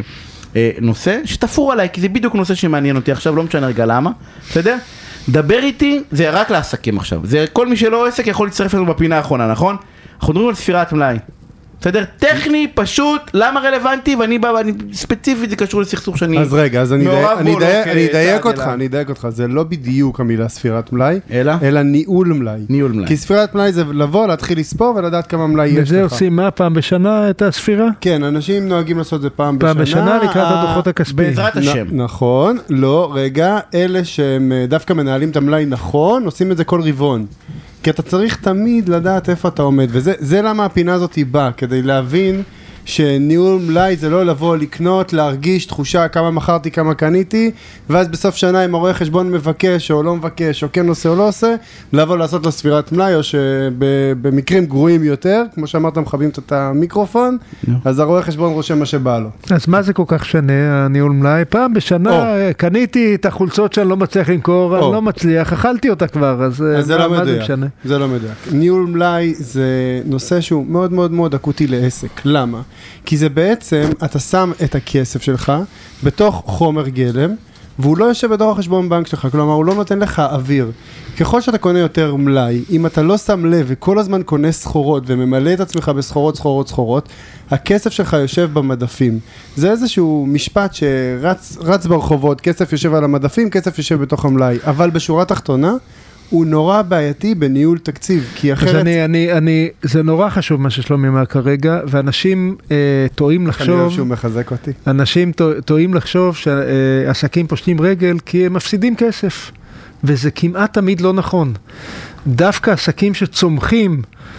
נושא שתפור עליי, כי זה בדיוק נושא שמעניין אותי עכשיו, לא משנה רגע למה, בסדר? דבר איתי, זה רק לעסקים עכשיו, זה כל מי שלא עסק יכול להצטרף לנו בפינה האחרונה, נכון? אנחנו מדברים על ספירת מלאי. בסדר? טכני, פשוט, למה רלוונטי, ואני בא, ואני ספציפית, זה קשור לסכסוך שאני... אז רגע, אז אני אדייק אותך, אני אדייק אותך, זה לא בדיוק המילה ספירת מלאי, אלא? אלא ניהול מלאי. ניהול מלאי. כי ספירת מלאי זה לבוא, להתחיל לספור ולדעת כמה מלאי יש לך. וזה עושים מה, פעם בשנה את הספירה? כן, אנשים נוהגים לעשות זה פעם בשנה. פעם בשנה לקראת הדוחות הכספיים. בעזרת השם. נכון, לא, רגע, אלה שהם דווקא מנהלים את המלאי נכון, עושים את זה כל רבעון. כי אתה צריך תמיד לדעת איפה אתה עומד, וזה למה הפינה הזאת היא באה, כדי להבין שניהול מלאי זה לא לבוא לקנות, להרגיש תחושה כמה מכרתי, כמה קניתי, ואז בסוף שנה אם הרואה חשבון מבקש או לא מבקש, או כן עושה או לא עושה, לבוא לעשות לו ספירת מלאי, או שבמקרים גרועים יותר, כמו שאמרת, מכבים את המיקרופון, אז הרואה חשבון רושם מה שבא לו. אז מה זה כל כך שונה, הניהול מלאי? פעם בשנה קניתי את החולצות שאני לא מצליח למכור, אני לא מצליח, אכלתי אותה כבר, אז זה לא מדויק. זה לא מדויק. ניהול מלאי זה נושא שהוא מאוד מאוד מאוד אקוטי לעסק. למה? כי זה בעצם, אתה שם את הכסף שלך בתוך חומר גלם, והוא לא יושב בתוך החשבון בנק שלך, כלומר, הוא לא נותן לך אוויר. ככל שאתה קונה יותר מלאי, אם אתה לא שם לב וכל הזמן קונה סחורות וממלא את עצמך בסחורות, סחורות, סחורות, הכסף שלך יושב במדפים. זה איזשהו משפט שרץ רץ ברחובות, כסף יושב על המדפים, כסף יושב בתוך המלאי, אבל בשורה תחתונה, הוא נורא בעייתי בניהול תקציב, כי אחרת... אז אני, אני, אני, זה נורא חשוב מה ששלומי אמר כרגע, ואנשים אה, טועים לחשוב... אני אוהב שהוא מחזק אותי. אנשים טועים לחשוב שעסקים פושטים רגל, כי הם מפסידים כסף, וזה כמעט תמיד לא נכון. דווקא עסקים שצומחים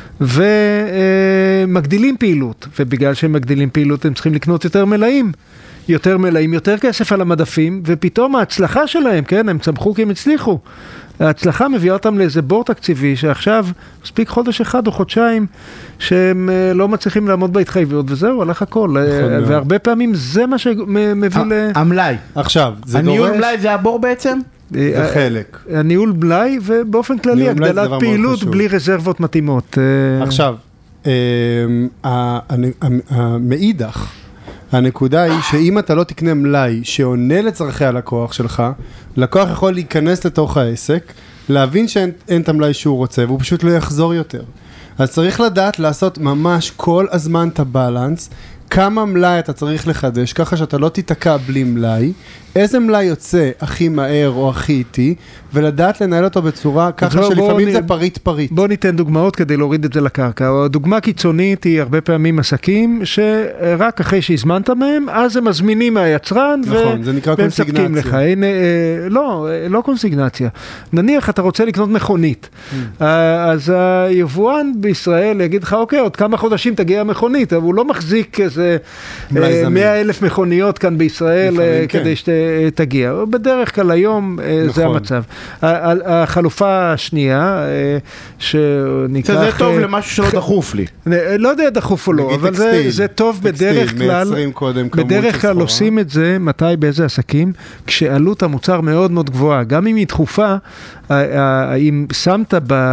ומגדילים פעילות, ובגלל שהם מגדילים פעילות הם צריכים לקנות יותר מלאים, יותר מלאים, יותר כסף על המדפים, ופתאום ההצלחה שלהם, כן, הם צמחו כי הם הצליחו. ההצלחה מביאה אותם לאיזה בור תקציבי, שעכשיו מספיק חודש אחד או חודשיים, שהם לא מצליחים לעמוד בהתחייבויות, וזהו, הלך הכל. והרבה פעמים זה מה שמביא ל... המלאי. עכשיו, זה דורש... הניהול מלאי זה הבור בעצם? זה חלק. הניהול מלאי, ובאופן כללי, הגדלת פעילות בלי רזרבות מתאימות. עכשיו, המאידך, הנקודה היא שאם אתה לא תקנה מלאי שעונה לצרכי הלקוח שלך, לקוח יכול להיכנס לתוך העסק, להבין שאין את המלאי שהוא רוצה, והוא פשוט לא יחזור יותר. אז צריך לדעת לעשות ממש כל הזמן את הבלנס, כמה מלאי אתה צריך לחדש, ככה שאתה לא תיתקע בלי מלאי, איזה מלאי יוצא הכי מהר או הכי איטי, ולדעת לנהל אותו בצורה ככה לא, שלפעמים זה פריט פריט. בוא ניתן דוגמאות כדי להוריד את זה לקרקע. דוגמה קיצונית היא הרבה פעמים עסקים שרק אחרי שהזמנת מהם, אז הם מזמינים מהיצרן נכון, ו... זה נקרא קונסיגנציה. לך. הנה, לא, לא קונסיגנציה. נניח אתה רוצה לקנות מכונית, mm. אז היבואן בישראל יגיד לך, אוקיי, עוד כמה חודשים תגיע המכונית, אבל הוא לא מחזיק איזה מאה אלף מכוניות כאן בישראל כדי שתגיע. בדרך כלל היום זה המצב. החלופה השנייה, שניקח... זה טוב למשהו שלא דחוף לי. לא יודע דחוף או לא, אבל זה טוב בדרך כלל, בדרך כלל עושים את זה, מתי, באיזה עסקים, כשעלות המוצר מאוד מאוד גבוהה. גם אם היא דחופה, אם שמת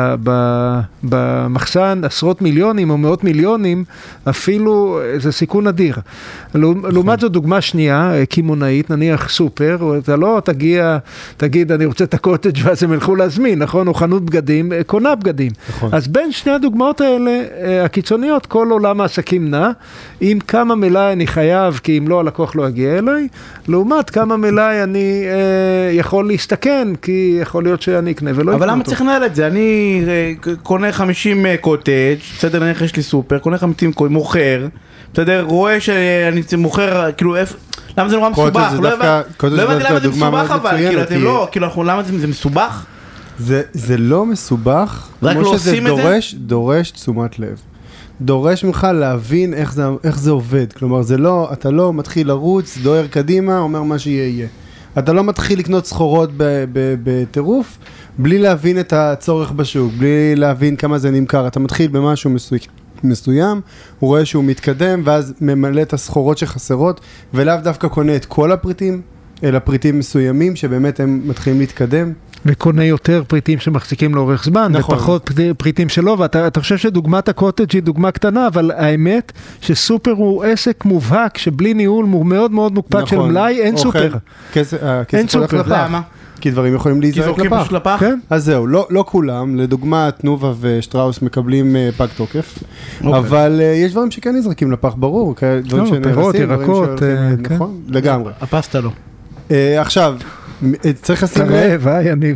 במחסן עשרות מיליונים או מאות מיליונים, אפילו זה סיכון אדיר. לעומת זו דוגמה שנייה, קימונאית, נניח סופר, אתה לא תגיע, תגיד, אני רוצה את הקוטג' ואז הם ילכו להזמין, נכון? או חנות בגדים, קונה בגדים. אז בין שני הדוגמאות האלה, הקיצוניות, כל עולם העסקים נע, עם כמה מלאי אני חייב, כי אם לא, הלקוח לא יגיע אליי, לעומת כמה מלאי אני יכול להסתכן, כי יכול להיות שאני אקנה ולא יקנה אותו. אבל למה צריך לנהל את זה? אני קונה חמישים קוטג', בסדר, נניח יש לי סופר, קונה חמישים קוטג', מוכר, בסדר, רואה שאני מוכר, כאילו, למה זה נורא מסובך? לא הבנתי למה זה מסובך אבל, כאילו, אתם לא, כאילו, למה זה מסובך? זה לא מסובך, כמו שזה דורש, דורש תשומת לב. דורש ממך להבין איך זה, איך זה עובד. כלומר, זה לא, אתה לא מתחיל לרוץ, דוהר קדימה, אומר מה שיהיה יהיה. אתה לא מתחיל לקנות סחורות בטירוף, בלי להבין את הצורך בשוק, בלי להבין כמה זה נמכר. אתה מתחיל במשהו מסוים, מסוים, הוא רואה שהוא מתקדם, ואז ממלא את הסחורות שחסרות, ולאו דווקא קונה את כל הפריטים, אלא פריטים מסוימים שבאמת הם מתחילים להתקדם. וקונה יותר פריטים שמחזיקים לאורך זמן, נכון. ופחות פריטים שלו, ואתה אתה חושב שדוגמת הקוטג' היא דוגמה קטנה, אבל האמת שסופר הוא עסק מובהק, שבלי ניהול מאוד מאוד מוקפד נכון. של מלאי, אין אוכל. סופר. כסף, אין סופר. למה? כי דברים יכולים להיזרק לפח. לפח. כן? אז זהו, לא, לא כולם, לדוגמה תנובה ושטראוס מקבלים uh, פג תוקף, okay. אבל uh, יש דברים שכן נזרקים לפח, ברור, דברים לא, פירות, ירקות, uh, נכון, כן. לגמרי. הפסטה לא. Uh, עכשיו, צריך לשים לב... תראה, ואי, אני...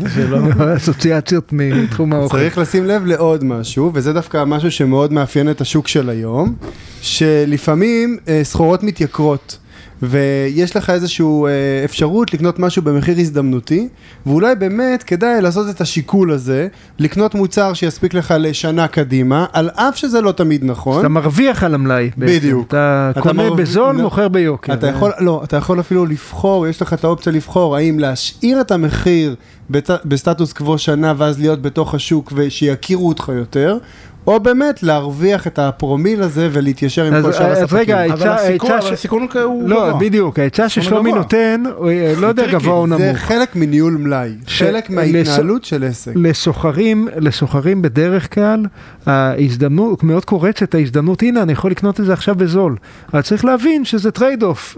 אסוציאציות מתחום האוכל. צריך לשים לב לעוד משהו, וזה דווקא משהו שמאוד מאפיין את השוק של היום, שלפעמים סחורות מתייקרות, ויש לך איזושהי אפשרות לקנות משהו במחיר הזדמנותי, ואולי באמת כדאי לעשות את השיקול הזה, לקנות מוצר שיספיק לך לשנה קדימה, על אף שזה לא תמיד נכון. אתה מרוויח על המלאי. בדיוק. אתה קונה בזול, מוכר ביוקר. אתה יכול, לא, אתה יכול אפילו לבחור, יש לך את האופציה לבחור, האם להשאיר את המחיר בסטטוס קוו שנה, ואז להיות בתוך השוק ושיכירו אותך יותר, או באמת להרוויח את הפרומיל הזה ולהתיישר עם כל שאר הספקים. אז רגע, הסיכון הוא לא, בדיוק, ההצעה ששלומי נותן, לא יודע גבוה או נמוך. זה חלק מניהול מלאי, חלק מההתנהלות של עסק. לסוחרים, לסוחרים בדרך כלל, ההזדמנות, מאוד קורצת ההזדמנות, הנה, אני יכול לקנות את זה עכשיו בזול. אבל צריך להבין שזה טרייד אוף.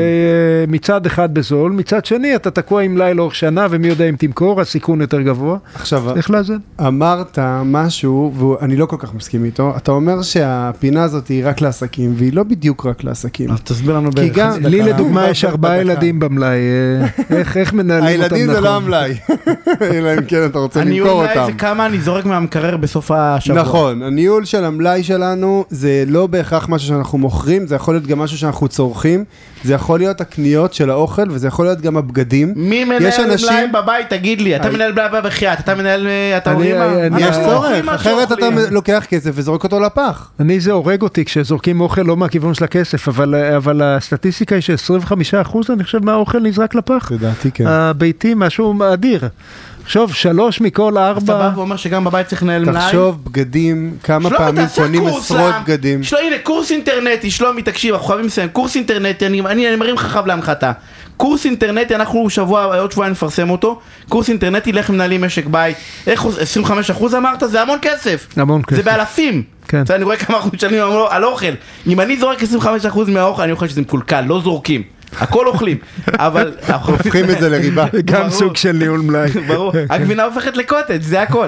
מצד אחד בזול, מצד שני, אתה תקוע עם מלאי לאורך שנה, ומי יודע אם תמכור, הסיכון יותר גבוה. עכשיו, צריך לאזן. אמרת משהו, ואני לא כל כך מסכים איתו, אתה אומר שהפינה הזאת היא רק לעסקים, והיא לא בדיוק רק לעסקים. אז תסביר לנו בערך. לי לדוגמה יש ארבעה ילדים במלאי, איך מנהלים אותם נכון? הילדים זה לא המלאי, אלא אם כן אתה רוצה למכור אותם. הניהול זה כמה אני זורק מהמקרר בסוף השבוע. נכון, הניהול של המלאי שלנו זה לא בהכרח משהו שאנחנו מוכרים, זה יכול להיות גם משהו שאנחנו צורכים, זה יכול להיות הקניות של האוכל, וזה יכול להיות גם הבגדים. מי מנהל מלאי בבית? תגיד לי, אתה מנהל מלאי בחייאת, אתה מנהל, אתה אומרים מה? יש צורך, אחרת אתה לוקח כסף וזורק אותו לפח. אני זה הורג אותי כשזורקים אוכל לא מהכיוון של הכסף, אבל, אבל הסטטיסטיקה היא ש-עשרים וחמישה אחוז אני חושב מהאוכל נזרק לפח. תדעתי, כן. הביתי משהו אדיר. תחשוב, שלוש מכל ארבע... אז אתה בא ואומר שגם בבית צריך לנהל מלאי? תחשוב, בגדים, כמה פעמים קונים עשרות בגדים. שלומי, הנה, קורס אינטרנטי, שלומי, תקשיב, אנחנו חייבים לסיים, קורס אינטרנטי, אני, אני, אני מרים חכב להנחתה. קורס אינטרנטי, אנחנו שבוע, עוד שבוע נפרסם אותו, קורס אינטרנטי, לך מנהלים משק בית, איך עשרים וחמישה אחוז אמרת? זה המון כסף. המון כסף. זה באלפים. כן. אני רואה כמה אנחנו משלמים על אוכל. אם אני זורק עשרים וחמישה אחוז מהאוכל, אני אוכל שזה מקולקל, לא זורקים. הכל אוכלים, אבל... הופכים את זה לריבה. גם סוג של ניהול מלאי. ברור, הגבינה הופכת לקוטג', זה הכל.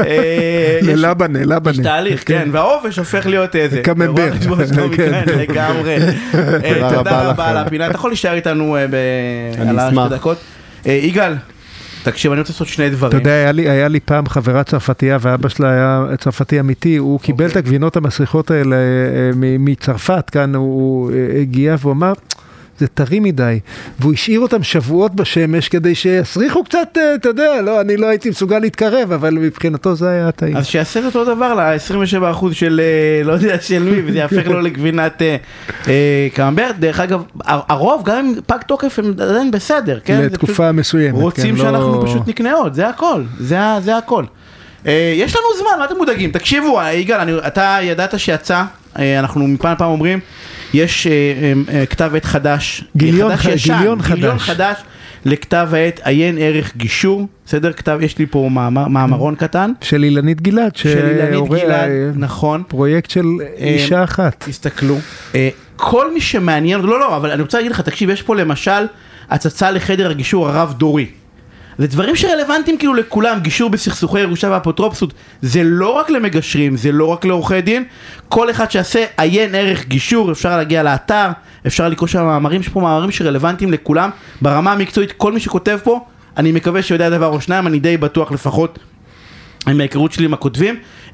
ללבנה, לבנה. יש תהליך, כן, והעובש הופך להיות איזה. קמבר. כן, לגמרי. תודה רבה על הפינה, אתה יכול להישאר איתנו על השתי דקות. יגאל, תקשיב, אני רוצה לעשות שני דברים. אתה יודע, היה לי פעם חברה צרפתייה, ואבא שלה היה צרפתי אמיתי, הוא קיבל את הגבינות המסריחות האלה מצרפת, כאן הוא הגיע ואומר, זה טרי מדי, והוא השאיר אותם שבועות בשמש כדי שיסריחו קצת, אתה יודע, לא, אני לא הייתי מסוגל להתקרב, אבל מבחינתו זה היה טעים. אז שיעשה את אותו דבר ל-עשרים ושבעה אחוז של, לא יודע, של מי, וזה יהפך לו לגבינת קממבר. דרך אגב, הרוב, גם אם פג תוקף, הם עדיין בסדר, כן? לתקופה מסוימת. רוצים שאנחנו פשוט נקנה עוד, זה הכל, זה הכל. יש לנו זמן, מה אתם מודאגים? תקשיבו, יגאל, אתה ידעת שיצא, אנחנו מפעם לפעם אומרים, יש כתב עת חדש, גיליון חדש, גיליון חדש לכתב העת עיין ערך גישור, בסדר? כתב, יש לי פה מאמרון קטן. של אילנית גלעד, של אילנית גלעד, נכון. פרויקט של אישה אחת. תסתכלו. כל מי שמעניין, לא, לא, אבל אני רוצה להגיד לך, תקשיב, יש פה למשל הצצה לחדר הגישור הרב דורי. זה דברים שרלוונטיים כאילו לכולם, גישור בסכסוכי ירושה ואפוטרופסות, זה לא רק למגשרים, זה לא רק לעורכי דין, כל אחד שעשה עיין ערך גישור, אפשר להגיע לאתר, אפשר לקרוא שם מאמרים, יש פה מאמרים שרלוונטיים לכולם, ברמה המקצועית, כל מי שכותב פה, אני מקווה שיודע דבר או שניים, אני די בטוח לפחות עם ההיכרות שלי עם הכותבים,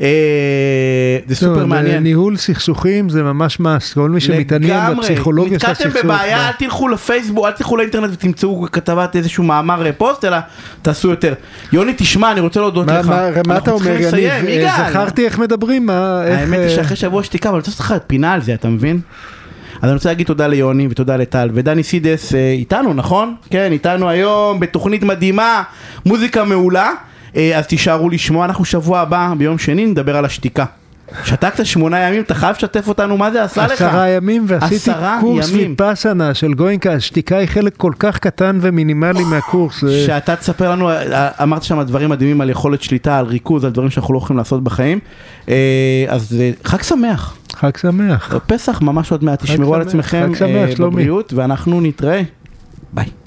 זה סופר מעניין. ניהול סכסוכים זה ממש מס, כל מי שמתעניין בפסיכולוגיה של הסכסוך. נתקעתם בבעיה, אל תלכו לפייסבוק, אל תלכו לאינטרנט ותמצאו כתבת איזשהו מאמר פוסט, אלא תעשו יותר. יוני, תשמע, אני רוצה להודות לך. מה אתה אומר, יניב? זכרתי איך מדברים. האמת היא שאחרי שבוע שתיקה, אבל אני רוצה לך פינה על זה, אתה מבין? אז אני רוצה להגיד תודה ליוני ותודה לטל, ודני סידס איתנו, נכון? כן, איתנו היום בתוכנית מדהימה, מוזיקה מעולה. אז תישארו לשמוע, אנחנו שבוע הבא, ביום שני, נדבר על השתיקה. שתקת שמונה ימים, אתה חייב לשתף אותנו, מה זה עשה לך? עשרה ימים, ועשיתי קורס ויפאסנה של גוינקה, השתיקה היא חלק כל כך קטן ומינימלי מהקורס. שאתה תספר לנו, אמרת שם דברים מדהימים על יכולת שליטה, על ריכוז, על דברים שאנחנו לא יכולים לעשות בחיים. אז חג שמח. חג שמח. פסח ממש עוד מעט, תשמרו על עצמכם בבריאות, ואנחנו נתראה. ביי.